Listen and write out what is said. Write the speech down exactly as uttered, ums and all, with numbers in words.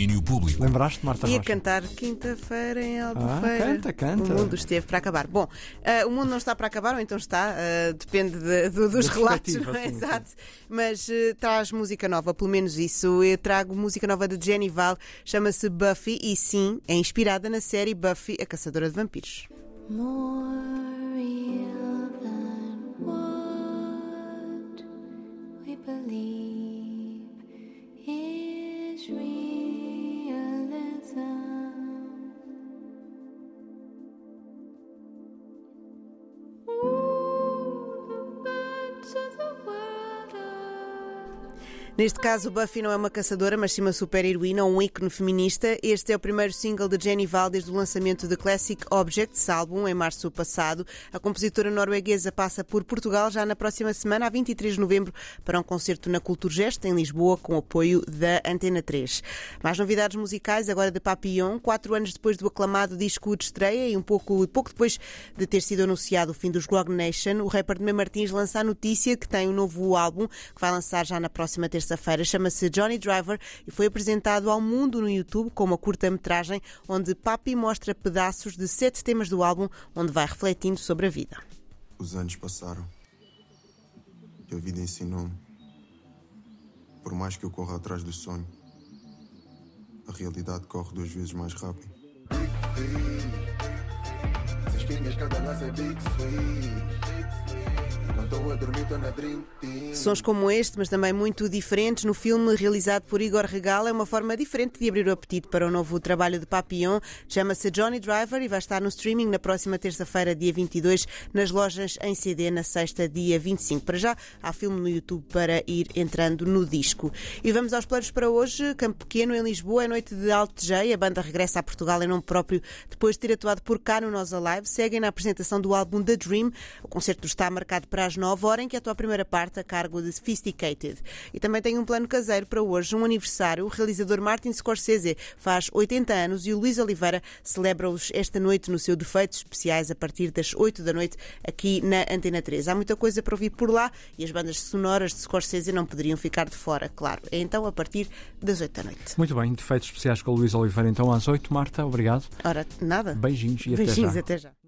domínio público. Lembraste, Marta Ia Rocha? cantar quinta-feira em Albufeira. Ah, canta, canta. O mundo esteve para acabar. Bom, uh, o mundo não está para acabar, ou então está, uh, depende de, de, dos Da relatos, perspectiva, não é? sim, Exato. Mas uh, traz música nova, pelo menos isso. Eu trago música nova de Jenny Val, chama-se Buffy, e sim, é inspirada na série Buffy, a Caçadora de Vampiros. More real than what we believe is realism. Ooh, the birds of the world are... Neste caso, Buffy não é uma caçadora, mas sim uma super-heroína, um ícone feminista. Este é o primeiro single de Jenny Val desde o lançamento de Classic Objects, álbum, em março passado. A compositora norueguesa passa por Portugal já na próxima semana, a vinte e três de novembro, para um concerto na Culturgest, em Lisboa, com o apoio da Antena três. Mais novidades musicais, agora de Papillon. Quatro anos depois do aclamado disco de estreia e um pouco, pouco depois de ter sido anunciado o fim dos Grog Nation, o rapper Demé Martins lança a notícia que tem um novo álbum que vai lançar já na próxima terça-feira. Chama-se Johnny Driver e foi apresentado ao mundo no YouTube com uma curta-metragem onde Papi mostra pedaços de sete temas do álbum, onde vai refletindo sobre a vida. Os anos passaram e a vida ensinou-me. Por mais que eu corra atrás do sonho, a realidade corre duas vezes mais rápido. Sons como este, mas também muito diferentes, no filme realizado por Igor Regal, é uma forma diferente de abrir o apetite para o novo trabalho de Papillon. Chama-se Johnny Driver e vai estar no streaming na próxima terça-feira, dia vinte e dois, nas lojas em C D, na sexta, dia vinte e cinco. Para já, há filme no YouTube para ir entrando no disco. E vamos aos planos para hoje. Campo Pequeno, em Lisboa, é noite de Altejei. A banda regressa a Portugal em nome próprio, depois de ter atuado por cá no Nós Alive. Seguem na apresentação do álbum The Dream. O concerto está marcado para as nove horas, em que atua a primeira parte a cargo de Sophisticated. E também tem um plano caseiro para hoje, um aniversário. O realizador Martin Scorsese faz oitenta anos e o Luís Oliveira celebra-os esta noite no seu Defeitos Especiais a partir das oito da noite aqui na Antena três. Há muita coisa para ouvir por lá e as bandas sonoras de Scorsese não poderiam ficar de fora, claro. É então a partir das oito da noite. Muito bem, Defeitos Especiais com o Luís Oliveira, então às oito. Marta, obrigado. Ora, nada. Beijinhos e Beijinhos, até já. até já.